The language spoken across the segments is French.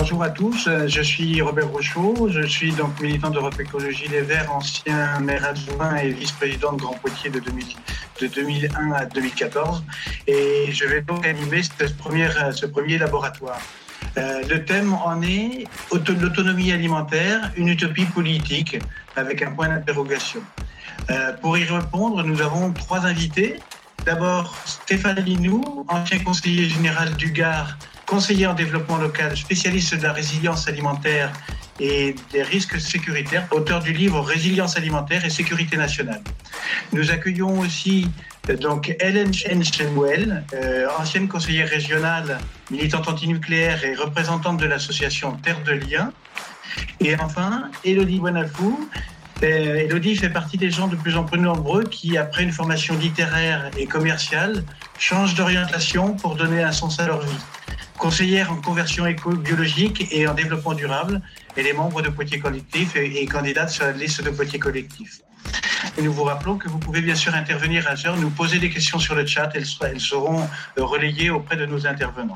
Bonjour à tous, je suis Robert Rochaud, je suis donc militant d'Europe Écologie Les Verts, ancien maire adjoint et vice-président de Grand Poitiers de 2001 à 2014, et je vais donc animer ce premier laboratoire. Le thème en est l'autonomie alimentaire, une utopie politique, avec un point d'interrogation. Pour y répondre, nous avons 3 invités. D'abord, Stéphane Linou, ancien conseiller général du Gard, conseiller en développement local, spécialiste de la résilience alimentaire et des risques sécuritaires, auteur du livre Résilience alimentaire et sécurité nationale. Nous accueillons aussi donc Hélène Chenwell, ancienne conseillère régionale, militante antinucléaire et représentante de l'association Terre de Liens. Et enfin, Élodie Bonafou. Élodie fait partie des gens de plus en plus nombreux qui, après une formation littéraire et commerciale, changent d'orientation pour donner un sens à leur vie. Conseillère en conversion éco-biologique et en développement durable, elle est membre de Poitiers Collectif et candidate sur la liste de Poitiers Collectif. Et nous vous rappelons que vous pouvez bien sûr intervenir à l'heure, nous poser des questions sur le chat, elles seront relayées auprès de nos intervenants.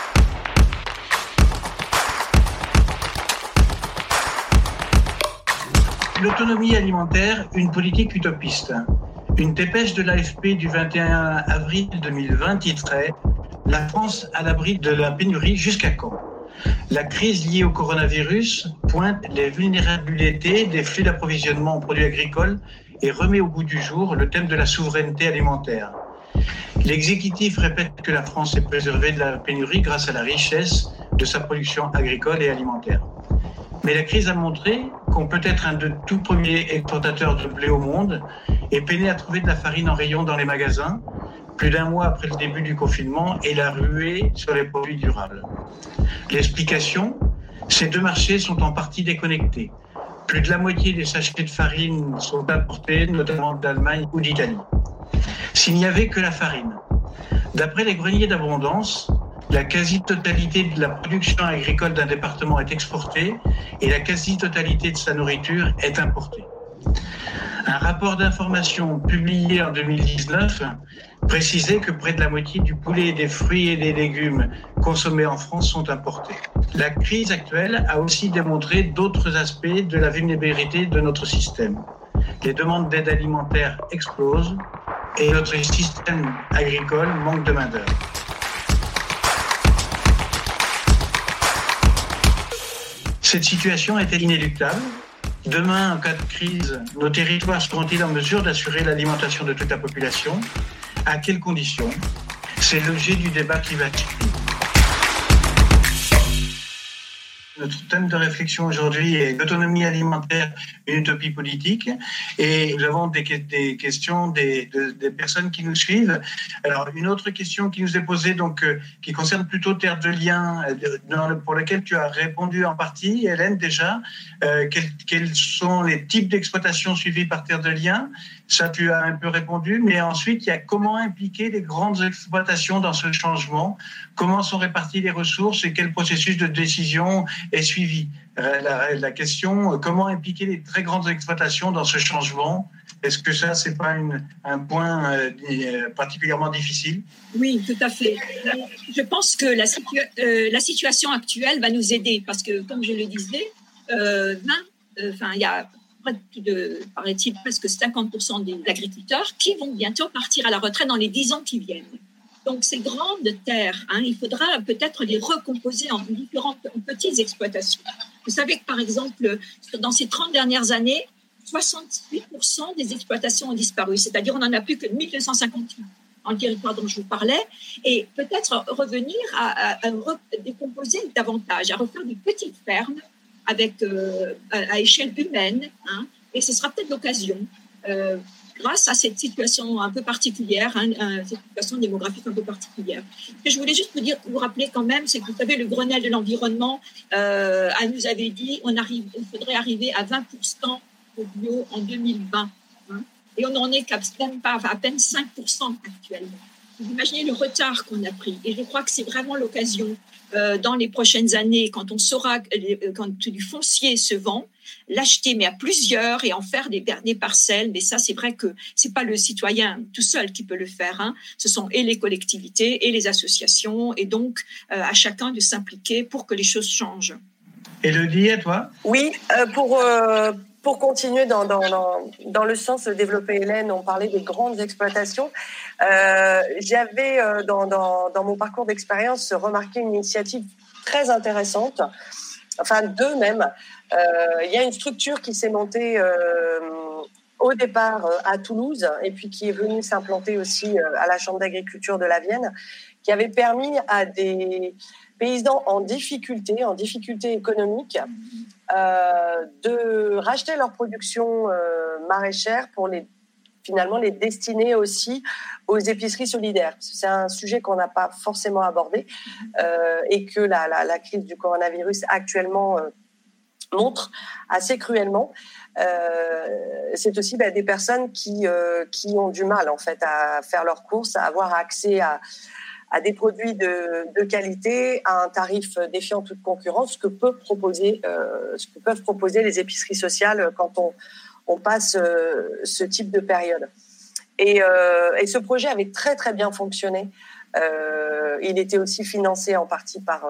L'autonomie alimentaire, une politique utopiste. Une dépêche de l'AFP du 21 avril 2020 titrait « La France à l'abri de la pénurie jusqu'à quand ?» La crise liée au coronavirus pointe les vulnérabilités des flux d'approvisionnement en produits agricoles et remet au goût du jour le thème de la souveraineté alimentaire. L'exécutif répète que la France est préservée de la pénurie grâce à la richesse de sa production agricole et alimentaire. Mais la crise a montré qu'on peut être un de tout premiers exportateurs de blé au monde et peiner à trouver de la farine en rayon dans les magasins, plus d'1 mois après le début du confinement et la ruée sur les produits durables. L'explication, ces 2 marchés sont en partie déconnectés. Plus de la moitié des sachets de farine sont importés, notamment d'Allemagne ou d'Italie. S'il n'y avait que la farine, d'après les greniers d'abondance, la quasi-totalité de la production agricole d'un département est exportée et la quasi-totalité de sa nourriture est importée. Un rapport d'information publié en 2019 précisait que près de la moitié du poulet, des fruits et des légumes consommés en France sont importés. La crise actuelle a aussi démontré d'autres aspects de la vulnérabilité de notre système. Les demandes d'aide alimentaire explosent et notre système agricole manque de main-d'œuvre. Cette situation est-elle inéluctable ? Demain, en cas de crise, nos territoires seront-ils en mesure d'assurer l'alimentation de toute la population ? À quelles conditions ? C'est l'objet du débat qui va suivre. Notre thème de réflexion aujourd'hui est l'autonomie alimentaire, une utopie politique. Et nous avons des questions des personnes qui nous suivent. Alors, une autre question qui nous est posée, donc, qui concerne plutôt Terre de Liens, pour laquelle tu as répondu en partie, Hélène, déjà. Quels sont les types d'exploitation suivis par Terre de Liens ? Ça, tu as un peu répondu. Mais ensuite, il y a comment impliquer les grandes exploitations dans ce changement ? Comment sont réparties les ressources et quel processus de décision est suivi ? La question, comment impliquer les très grandes exploitations dans ce changement ? Est-ce que ça, c'est pas un point particulièrement difficile ? Oui, tout à fait. Je pense que la situation actuelle va nous aider parce que, comme je le disais, il y a paraît-il, presque 50% des agriculteurs qui vont bientôt partir à la retraite dans les 10 ans qui viennent. Donc, ces grandes terres, il faudra peut-être les recomposer en petites exploitations. Vous savez que, par exemple, dans ces 30 dernières années, 68% des exploitations ont disparu. C'est-à-dire, on n'en a plus que 1258 dans le territoire dont je vous parlais. Et peut-être revenir à décomposer davantage, à refaire des petites fermes à échelle humaine. Et ce sera peut-être l'occasion, grâce à cette situation un peu particulière, cette situation démographique un peu particulière. Et je voulais juste vous rappeler quand même, c'est que vous savez, le Grenelle de l'environnement nous avait dit qu'il faudrait arriver à 20% au bio en 2020. Et on n'en est qu'à peine 5% actuellement. Vous imaginez le retard qu'on a pris. Et je crois que c'est vraiment l'occasion, dans les prochaines années, quand on saura, quand du foncier se vend, l'acheter, mais à plusieurs, et en faire des parcelles. Mais ça, c'est vrai que c'est pas le citoyen tout seul qui peut le faire, hein. Ce sont et les collectivités et les associations, et donc à chacun de s'impliquer pour que les choses changent. Élodie, à toi? Oui, pour continuer dans le sens de développer Hélène, on parlait des grandes exploitations. J'avais, dans mon parcours d'expérience, remarqué une initiative très intéressante, enfin deux même. Il y a une structure qui s'est montée au départ à Toulouse et puis qui est venue s'implanter aussi à la Chambre d'agriculture de la Vienne, qui avait permis à des paysans en difficulté économique, de racheter leur production maraîchère pour finalement les destiner aussi aux épiceries solidaires. C'est un sujet qu'on n'a pas forcément abordé et que la crise du coronavirus actuellement montre assez cruellement. C'est aussi des personnes qui ont du mal en fait à faire leurs courses, à avoir accès à des produits de qualité, à un tarif défiant toute concurrence, ce que peuvent proposer les épiceries sociales quand on passe ce type de période. Et ce projet avait très très bien fonctionné. Il était aussi financé en partie par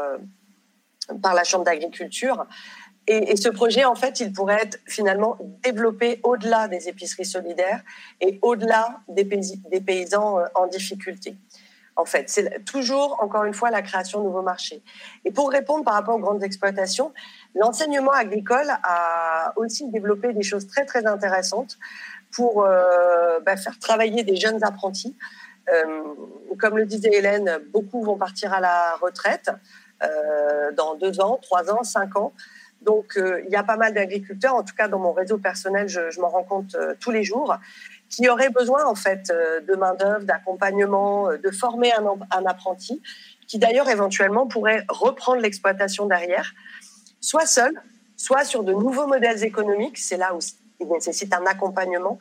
la Chambre d'agriculture. Et ce projet, en fait, il pourrait être finalement développé au-delà des épiceries solidaires et au-delà des paysans en difficulté. En fait, c'est toujours, encore une fois, la création de nouveaux marchés. Et pour répondre par rapport aux grandes exploitations, l'enseignement agricole a aussi développé des choses très, très intéressantes pour faire travailler des jeunes apprentis. Comme le disait Hélène, beaucoup vont partir à la retraite dans 2 ans, 3 ans, 5 ans. Donc, il y a pas mal d'agriculteurs, en tout cas dans mon réseau personnel, je m'en rends compte tous les jours, qui auraient besoin en fait de main-d'œuvre, d'accompagnement, de former un apprenti, qui d'ailleurs éventuellement pourrait reprendre l'exploitation derrière, soit seul, soit sur de nouveaux modèles économiques, c'est là où il nécessite un accompagnement,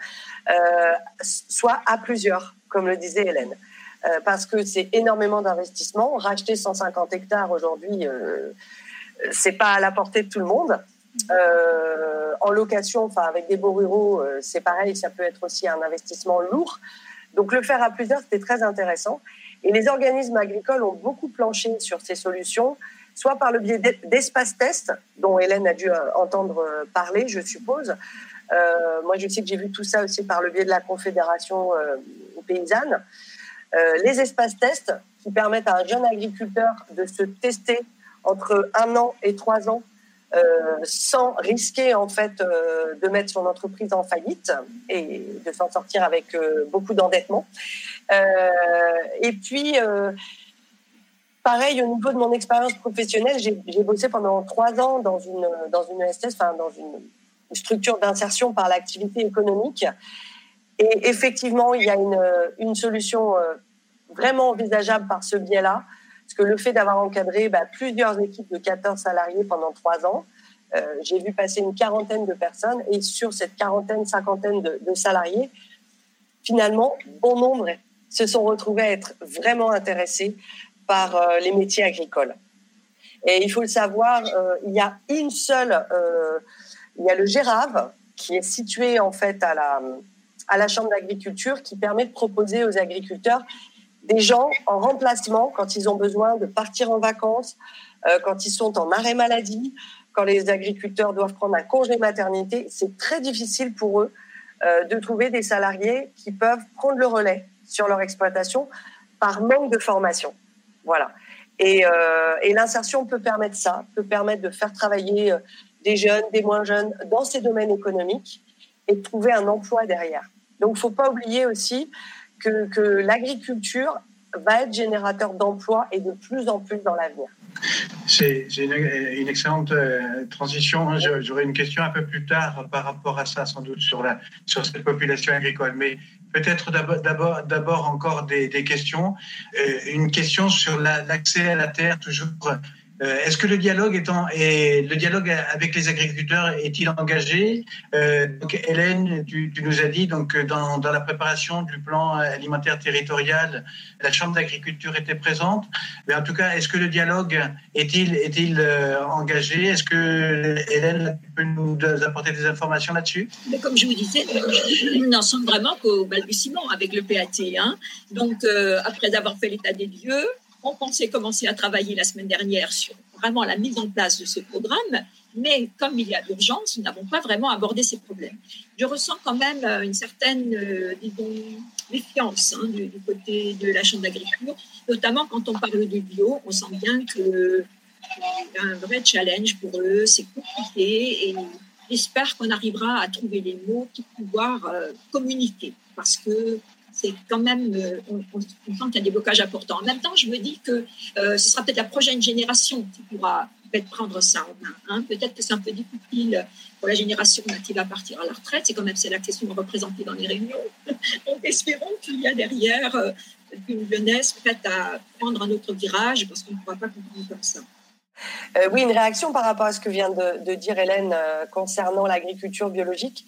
soit à plusieurs, comme le disait Hélène. Parce que c'est énormément d'investissement. Racheter 150 hectares aujourd'hui, c'est pas à la portée de tout le monde. En location, enfin avec des beaux ruraux, c'est pareil, ça peut être aussi un investissement lourd. Donc le faire à plusieurs, c'était très intéressant. Et les organismes agricoles ont beaucoup planché sur ces solutions, soit par le biais d'espaces tests, dont Hélène a dû entendre parler, je suppose. Moi, je sais que j'ai vu tout ça aussi par le biais de la Confédération paysanne. Les espaces tests qui permettent à un jeune agriculteur de se tester entre 1 an et 3 ans sans risquer en fait de mettre son entreprise en faillite et de s'en sortir avec beaucoup d'endettement. Et puis, pareil, au niveau de mon expérience professionnelle, j'ai bossé pendant 3 ans dans une ESS, enfin dans une structure d'insertion par l'activité économique. Et effectivement, il y a une solution vraiment envisageable par ce biais-là. Parce que le fait d'avoir encadré plusieurs équipes de 14 salariés pendant 3 ans, j'ai vu passer une quarantaine de personnes. Et sur cette quarantaine, cinquantaine de salariés, finalement, bon nombre se sont retrouvés à être vraiment intéressés par les métiers agricoles. Et il faut le savoir, il y a il y a le GERAV, qui est situé en fait à la Chambre d'agriculture, qui permet de proposer aux agriculteurs des gens en remplacement quand ils ont besoin de partir en vacances, quand ils sont en arrêt maladie, quand les agriculteurs doivent prendre un congé maternité. C'est très difficile pour eux de trouver des salariés qui peuvent prendre le relais sur leur exploitation par manque de formation. Voilà. Et l'insertion peut permettre ça, peut permettre de faire travailler des jeunes, des moins jeunes dans ces domaines économiques et de trouver un emploi derrière. Donc, il ne faut pas oublier aussi que l'agriculture va être générateur d'emplois et de plus en plus dans l'avenir. C'est une excellente transition. J'aurai une question un peu plus tard par rapport à ça, sans doute, sur cette population agricole. Mais peut-être d'abord encore des questions. Une question sur l'accès à la terre, toujours Est-ce que le dialogue avec les agriculteurs est-il engagé? Donc Hélène, tu nous as dit donc dans la préparation du plan alimentaire territorial, la Chambre d'agriculture était présente. Mais en tout cas, est-ce que le dialogue est-il engagé? Est-ce que Hélène peut nous apporter des informations là-dessus? Mais comme je vous disais, nous n'en sommes vraiment qu'au balbutiement avec le PAT. Donc après avoir fait l'état des lieux, on pensait commencer à travailler la semaine dernière sur vraiment la mise en place de ce programme, mais comme il y a l'urgence, nous n'avons pas vraiment abordé ces problèmes. Je ressens quand même une certaine méfiance du côté de la Chambre d'agriculture, notamment quand on parle de bio, on sent bien qu'il y a un vrai challenge pour eux, c'est compliqué et j'espère qu'on arrivera à trouver les mots pour pouvoir communiquer, parce que c'est quand même, on sent qu'il y a des blocages importants. En même temps, je me dis que ce sera peut-être la prochaine génération qui pourra peut-être prendre ça en main. Peut-être que c'est un peu difficile pour la génération qui va partir à la retraite. C'est quand même la question représentée dans les réunions. Donc, espérons qu'il y a derrière une jeunesse prête à prendre un autre virage, parce qu'on ne pourra pas continuer comme ça. Oui, une réaction par rapport à ce que vient de dire Hélène concernant l'agriculture biologique.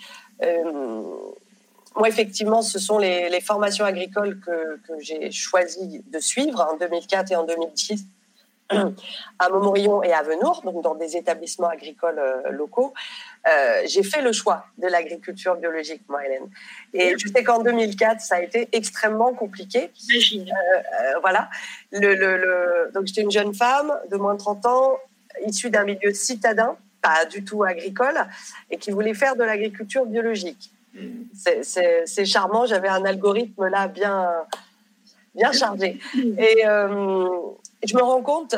Moi, effectivement, ce sont les formations agricoles que j'ai choisi de suivre en 2004 et en 2010 à Montmorillon et à Venours, donc dans des établissements agricoles locaux. J'ai fait le choix de l'agriculture biologique, moi, Hélène. Et je sais qu'en 2004, ça a été extrêmement compliqué. J'imagine. Voilà. Donc, j'étais une jeune femme de moins de 30 ans, issue d'un milieu citadin, pas du tout agricole, et qui voulait faire de l'agriculture biologique. C'est charmant, j'avais un algorithme là bien chargé. Et je me rends compte,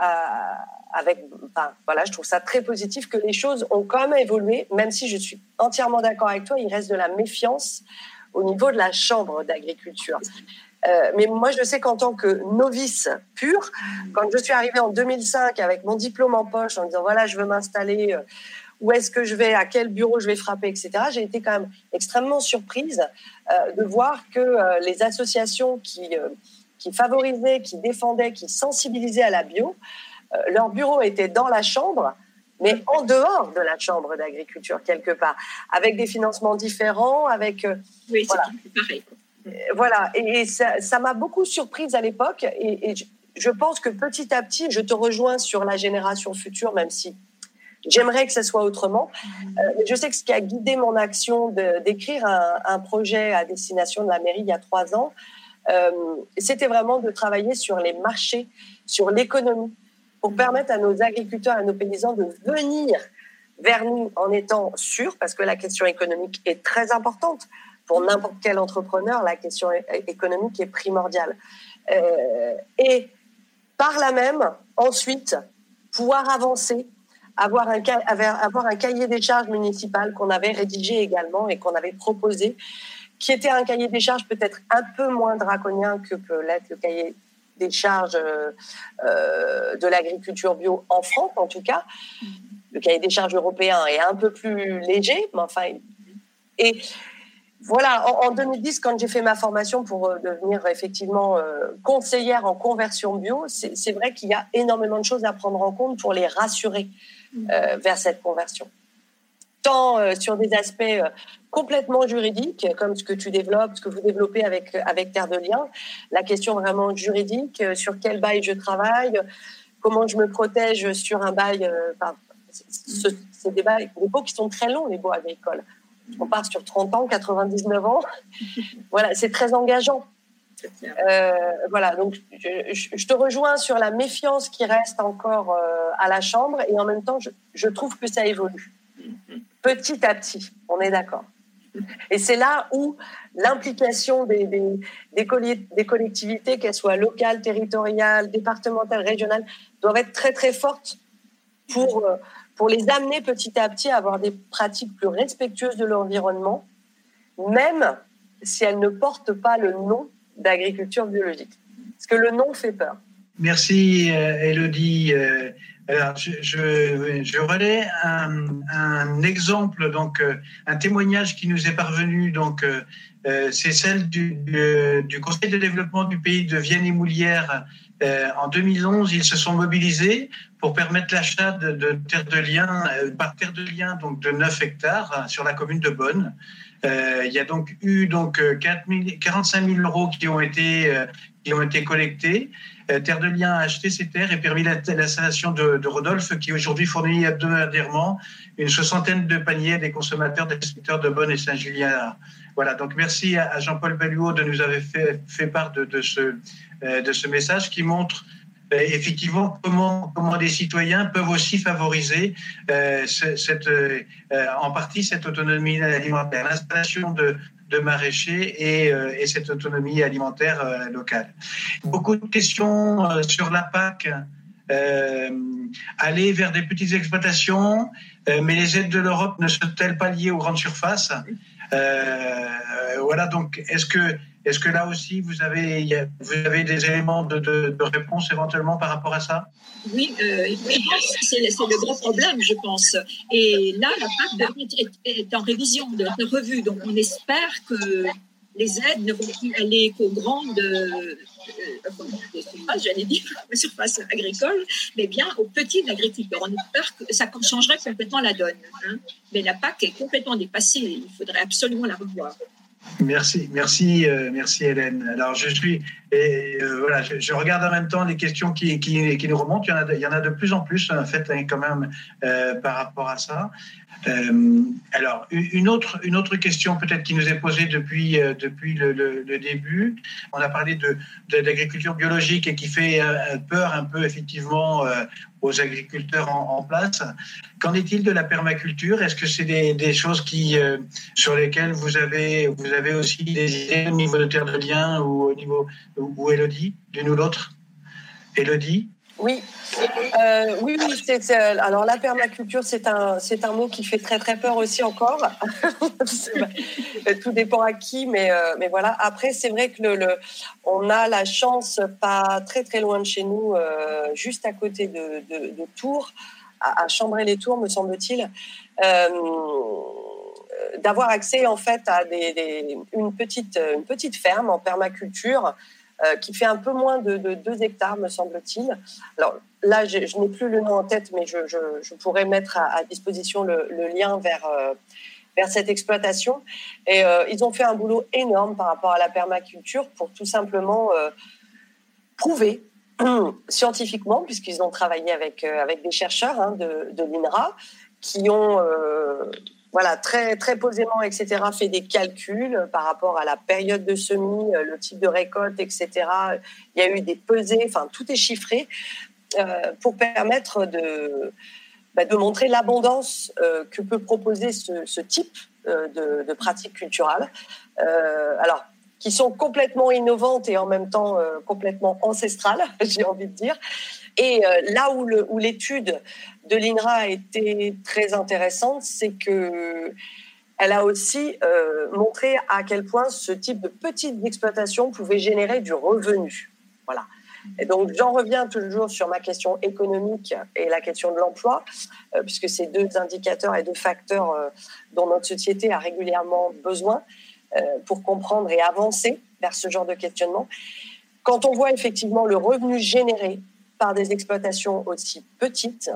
je trouve ça très positif que les choses ont quand même évolué, même si je suis entièrement d'accord avec toi, il reste de la méfiance au niveau de la Chambre d'agriculture. Mais moi, je sais qu'en tant que novice pure, quand je suis arrivée en 2005 avec mon diplôme en poche, en disant voilà, je veux m'installer, où est-ce que je vais, à quel bureau je vais frapper, etc., j'ai été quand même extrêmement surprise de voir que les associations qui favorisaient, qui défendaient, qui sensibilisaient à la bio, leur bureau était dans la Chambre, mais en dehors de la Chambre d'agriculture, quelque part, avec des financements différents, avec... oui, c'est pareil. Voilà, et ça m'a beaucoup surprise à l'époque, et je pense que petit à petit, je te rejoins sur la génération future, même si j'aimerais que ça soit autrement. Je sais que ce qui a guidé mon action d'écrire un projet à destination de la mairie il y a 3 ans, c'était vraiment de travailler sur les marchés, sur l'économie, pour permettre à nos agriculteurs, à nos paysans de venir vers nous en étant sûrs, parce que la question économique est très importante. Pour n'importe quel entrepreneur, la question économique est primordiale. Et par là même, ensuite, pouvoir avancer, avoir un cahier des charges municipal qu'on avait rédigé également et qu'on avait proposé, qui était un cahier des charges peut-être un peu moins draconien que peut l'être le cahier des charges de l'agriculture bio en France, en tout cas. Le cahier des charges européen est un peu plus léger, mais enfin... Et voilà, en 2010, quand j'ai fait ma formation pour devenir effectivement conseillère en conversion bio, c'est vrai qu'il y a énormément de choses à prendre en compte pour les rassurer vers cette conversion. Tant sur des aspects complètement juridiques, comme ce que tu développes, ce que vous développez avec Terre de Liens, la question vraiment juridique, sur quel bail je travaille, comment je me protège sur un bail, c'est des baux qui sont très longs, les baux agricoles. On part sur 30 ans, 99 ans. Voilà, c'est très engageant. Voilà, donc je te rejoins sur la méfiance qui reste encore à la Chambre, et en même temps, je trouve que ça évolue. Petit à petit, on est d'accord. Et c'est là où l'implication des collectivités, qu'elles soient locales, territoriales, départementales, régionales, doivent être très très fortes pour les amener petit à petit à avoir des pratiques plus respectueuses de l'environnement, même si elles ne portent pas le nom d'agriculture biologique. Parce que le nom fait peur. Merci Élodie. Alors, je relais un exemple, donc un témoignage qui nous est parvenu. Donc, c'est celle du Conseil de développement du pays de Vienne et Moulières En 2011, ils se sont mobilisés pour permettre l'achat de terres de liens, par terre de liens, donc de 9 hectares sur la commune de Bonn. Il y a donc eu 45 000 euros qui ont été collectés. Terre de Liens a acheté ces terres et permis l'installation de Rodolphe, qui aujourd'hui fournit hebdomadairement une 60aine de paniers à des consommateurs des secteurs de Bonn et Saint-Julien. Voilà, donc merci à Jean-Paul Belluot de nous avoir fait part de ce message qui montre effectivement comment des citoyens peuvent aussi favoriser en partie cette autonomie alimentaire, l'installation de maraîchers et cette autonomie alimentaire locale. Beaucoup de questions sur la PAC. Aller vers des petites exploitations, mais les aides de l'Europe ne sont-elles pas liées aux grandes surfaces ? Voilà, donc est-ce que là aussi vous avez des éléments de réponse éventuellement par rapport à ça ? Oui, c'est le gros problème, je pense. Et là, la PAC est en révision, de revue. Donc, on espère que les aides ne vont plus aller qu'aux grandes surfaces, j'allais dire, surfaces agricoles, mais bien aux petites agriculteurs. On espère que ça changerait complètement la donne. Hein. Mais la PAC est complètement dépassée. Il faudrait absolument la revoir. Merci Hélène. Alors je regarde en même temps les questions qui nous remontent. Il y en a de plus en plus en fait quand même par rapport à ça. Alors une autre question peut-être qui nous est posée depuis le début. On a parlé d'agriculture biologique et qui fait peur un peu effectivement aux agriculteurs en place. Qu'en est-il de la permaculture ? Est-ce que c'est des choses sur lesquelles vous avez aussi des idées au niveau de Terre de Liens ou au niveau ou Élodie, l'une ou l'autre ? Élodie ? Oui. Alors la permaculture, c'est un mot qui fait très très peur aussi encore. Tout dépend à qui, mais voilà. Après, c'est vrai que on a la chance, pas très très loin de chez nous, juste à côté de Tours, à Chambray-les-Tours, me semble-t-il, d'avoir accès en fait à une petite ferme en permaculture. Qui fait un peu moins de 2 hectares, me semble-t-il. Alors là, je n'ai plus le nom en tête, mais je pourrais mettre à disposition le lien vers cette exploitation. Et ils ont fait un boulot énorme par rapport à la permaculture pour tout simplement prouver scientifiquement, puisqu'ils ont travaillé avec des chercheurs de l'INRA, qui ont... très, très posément, etc., fait des calculs par rapport à la période de semis, le type de récolte, etc. Il y a eu des pesées, enfin, tout est chiffré pour permettre de montrer l'abondance que peut proposer ce type de pratiques culturales. Alors, qui sont complètement innovantes et en même temps complètement ancestrales, j'ai envie de dire. Et là où l'étude de l'INRA a été très intéressante, c'est qu'elle a aussi montré à quel point ce type de petite exploitation pouvait générer du revenu. Voilà. Et donc, j'en reviens toujours sur ma question économique et la question de l'emploi, puisque c'est 2 indicateurs et 2 facteurs dont notre société a régulièrement besoin pour comprendre et avancer vers ce genre de questionnement. Quand on voit effectivement le revenu généré par des exploitations aussi petites,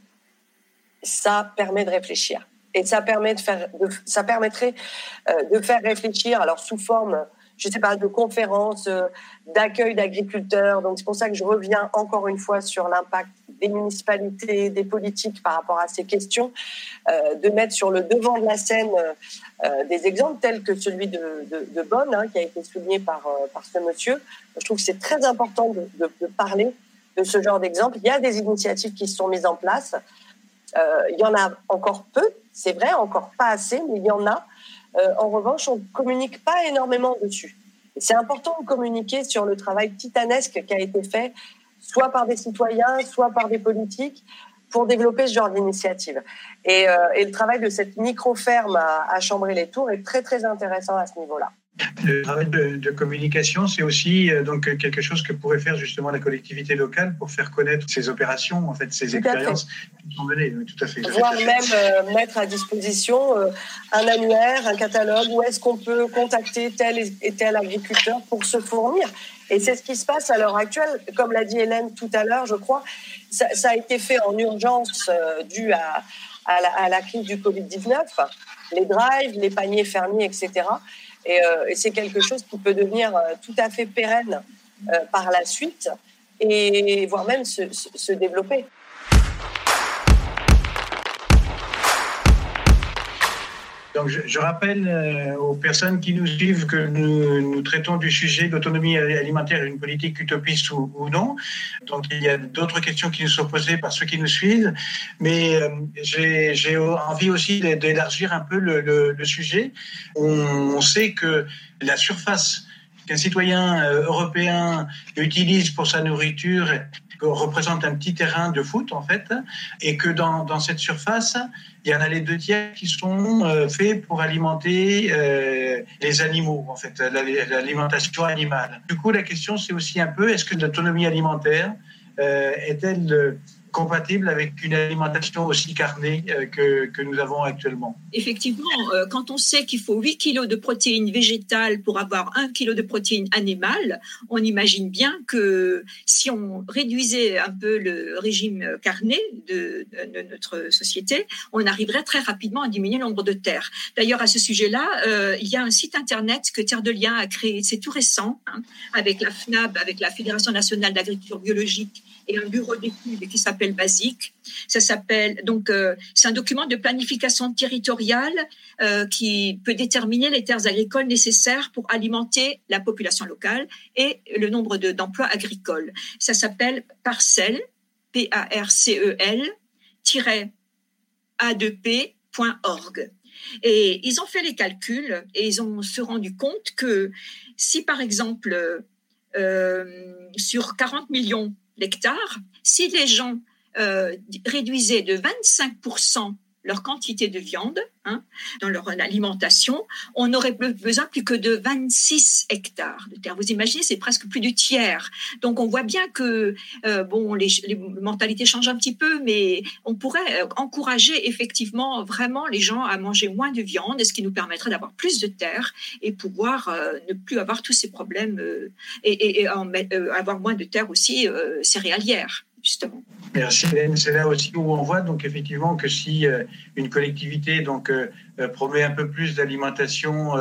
ça permet de réfléchir. Et ça permettrait de faire réfléchir, alors sous forme, je ne sais pas, de conférences, d'accueil d'agriculteurs. Donc c'est pour ça que je reviens encore une fois sur l'impact des municipalités, des politiques par rapport à ces questions, de mettre sur le devant de la scène des exemples tels que celui de Bonn, qui a été souligné par ce monsieur. Je trouve que c'est très important de parler de ce genre d'exemple. Il y a des initiatives qui se sont mises en place. Il y en a encore peu, c'est vrai, encore pas assez, mais il y en a. En revanche, on ne communique pas énormément dessus. Et c'est important de communiquer sur le travail titanesque qui a été fait, soit par des citoyens, soit par des politiques, pour développer ce genre d'initiative. Et le travail de cette micro-ferme à Chambray-les-Tours est très, très intéressant à ce niveau-là. Le travail de communication, c'est aussi donc quelque chose que pourrait faire justement la collectivité locale pour faire connaître ces opérations, en fait, ces expériences qui sont menées. Oui, tout à fait. Voire même mettre à disposition un annuaire, un catalogue, où est-ce qu'on peut contacter tel et tel agriculteur pour se fournir. Et c'est ce qui se passe à l'heure actuelle. Comme l'a dit Hélène tout à l'heure, je crois, ça a été fait en urgence dû à la crise du Covid-19, les drives, les paniers fermiers, etc. Et c'est quelque chose qui peut devenir tout à fait pérenne par la suite et voire même se développer. Donc, je rappelle aux personnes qui nous suivent que nous traitons du sujet de l'autonomie alimentaire, une politique utopiste ou non. Donc, il y a d'autres questions qui nous sont posées par ceux qui nous suivent. Mais j'ai envie aussi d'élargir un peu le sujet. On sait que la surface qu'un citoyen européen utilise pour sa nourriture représente un petit terrain de foot, en fait, et que dans cette surface, il y en a les 2/3 qui sont faits pour alimenter les animaux, en fait, l'alimentation animale. Du coup, la question, c'est aussi un peu, est-ce que l'autonomie alimentaire est-elle compatible avec une alimentation aussi carnée que nous avons actuellement? Effectivement, quand on sait qu'il faut 8 kilos de protéines végétales pour avoir 1 kilo de protéines animales, on imagine bien que si on réduisait un peu le régime carné de notre société, on arriverait très rapidement à diminuer le nombre de terres. D'ailleurs, à ce sujet-là, il y a un site internet que Terre de Liens a créé, c'est tout récent, avec la FNAB, avec la Fédération nationale d'agriculture biologique, et un bureau d'études qui s'appelle BASIC. Ça s'appelle donc c'est un document de planification territoriale qui peut déterminer les terres agricoles nécessaires pour alimenter la population locale et le nombre d'emplois agricoles. Ça s'appelle Parcel, parcel-a2p.org. Et ils ont fait les calculs et ils ont se rendu compte que si par exemple sur 40 millions d'hectares, si les gens réduisaient de 25% leur quantité de viande dans leur alimentation, on n'aurait besoin plus que de 26 hectares de terre. Vous imaginez, c'est presque plus du tiers. Donc on voit bien que les mentalités changent un petit peu, mais on pourrait encourager effectivement vraiment les gens à manger moins de viande, ce qui nous permettrait d'avoir plus de terre et pouvoir ne plus avoir tous ces problèmes et avoir moins de terre aussi céréalière. Justement. Merci Hélène. C'est là aussi où on voit donc effectivement que si une collectivité promet un peu plus d'alimentation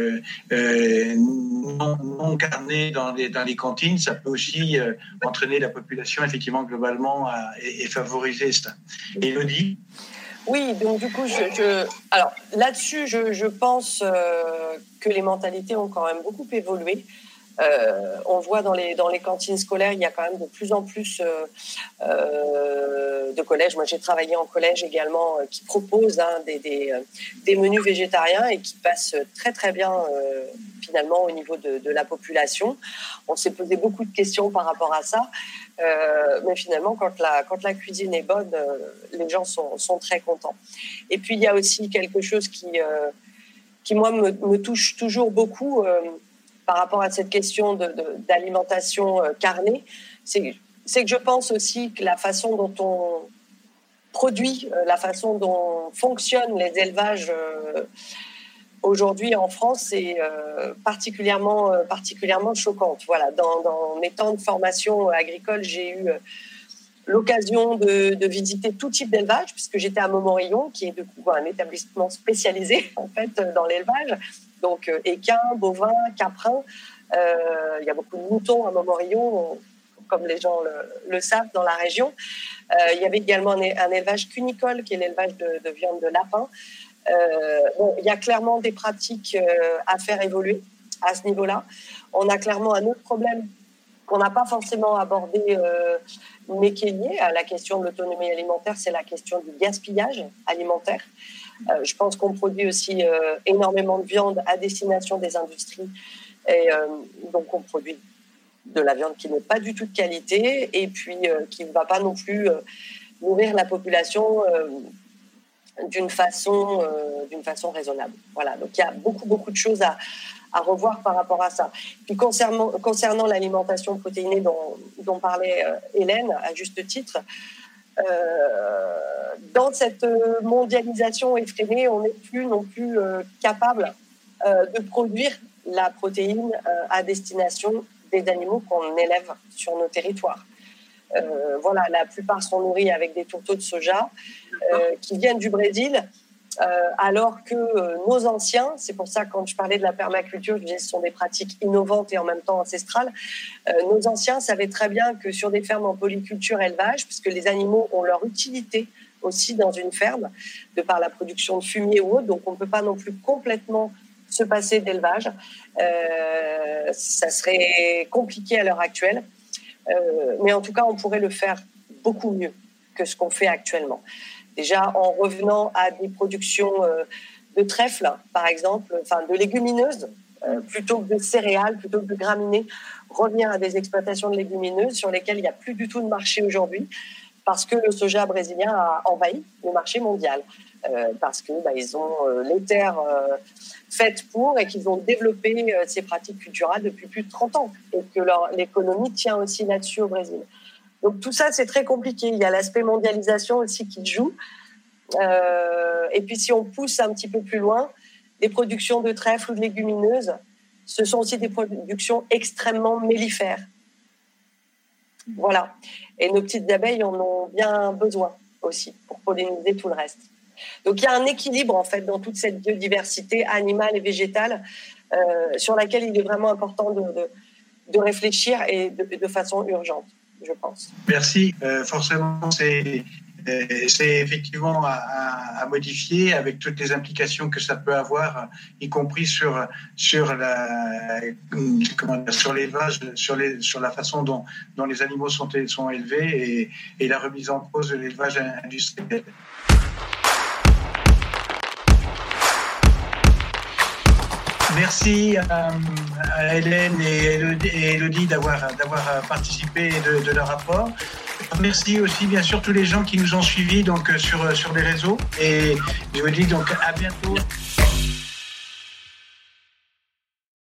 non carnée dans les cantines, ça peut aussi entraîner la population effectivement globalement et favoriser ça. Élodie? Oui, donc du coup, alors là-dessus, je pense que les mentalités ont quand même beaucoup évolué. On voit dans les cantines scolaires, il y a quand même de plus en plus de collèges. Moi, j'ai travaillé en collège également qui proposent des menus végétariens et qui passent très très bien finalement au niveau de la population. On s'est posé beaucoup de questions par rapport à ça, mais finalement, quand la cuisine est bonne, les gens sont très contents. Et puis, il y a aussi quelque chose qui moi me touche toujours beaucoup. Par rapport à cette question d'alimentation carnée, c'est que je pense aussi que la façon dont on produit, la façon dont fonctionnent les élevages aujourd'hui en France est particulièrement choquante. Voilà, dans mes temps de formation agricole, j'ai eu l'occasion de visiter tout type d'élevage, puisque j'étais à Montmorillon, qui est de coup un établissement spécialisé en fait dans l'élevage. Donc équins, bovins, caprins. Il y a beaucoup de moutons à Montmorillon, comme les gens le savent dans la région. Il y avait également un élevage cunicole, qui est l'élevage de viande de lapin. Il y a clairement des pratiques à faire évoluer à ce niveau-là. On a clairement un autre problème qu'on n'a pas forcément abordé, mais qui est lié à la question de l'autonomie alimentaire, c'est la question du gaspillage alimentaire. Je pense qu'on produit aussi énormément de viande à destination des industries et donc on produit de la viande qui n'est pas du tout de qualité et puis qui ne va pas non plus nourrir la population d'une façon raisonnable. Voilà, donc il y a beaucoup de choses à revoir par rapport à ça. Puis concernant l'alimentation protéinée dont parlait Hélène, à juste titre, dans cette mondialisation effrénée, on n'est plus non plus capable de produire la protéine à destination des animaux qu'on élève sur nos territoires. Voilà, la plupart sont nourris avec des tourteaux de soja qui viennent du Brésil, alors que nos anciens, c'est pour ça quand je parlais de la permaculture, je disais que ce sont des pratiques innovantes et en même temps ancestrales, nos anciens savaient très bien que sur des fermes en polyculture élevage, puisque les animaux ont leur utilité aussi dans une ferme, de par la production de fumier ou autre, donc on ne peut pas non plus complètement se passer d'élevage. Ça serait compliqué à l'heure actuelle, mais en tout cas, on pourrait le faire beaucoup mieux que ce qu'on fait actuellement. Déjà, en revenant à des productions de trèfle, par exemple, enfin de légumineuses, plutôt que de céréales, plutôt que de graminées, revenir à des exploitations de légumineuses sur lesquelles il n'y a plus du tout de marché aujourd'hui, parce que le soja brésilien a envahi le marché mondial, parce que ils ont les terres faites pour et qu'ils ont développé ces pratiques culturelles depuis plus de 30 ans et que l'économie tient aussi là-dessus au Brésil. Donc tout ça, c'est très compliqué. Il y a l'aspect mondialisation aussi qui joue. Et puis si on pousse un petit peu plus loin, les productions de trèfle ou de légumineuses, ce sont aussi des productions extrêmement mellifères. Voilà. Et nos petites abeilles en ont bien besoin aussi pour polliniser tout le reste. Donc il y a un équilibre en fait dans toute cette biodiversité animale et végétale sur laquelle il est vraiment important de réfléchir et de façon urgente, je pense. Merci. Forcément, c'est effectivement à modifier avec toutes les implications que ça peut avoir, y compris sur l'élevage, sur la façon dont les animaux sont élevés et la remise en cause de l'élevage industriel. Merci à Hélène et Élodie d'avoir participé de leur rapport. Merci aussi bien sûr tous les gens qui nous ont suivis donc sur les réseaux et je vous dis donc à bientôt.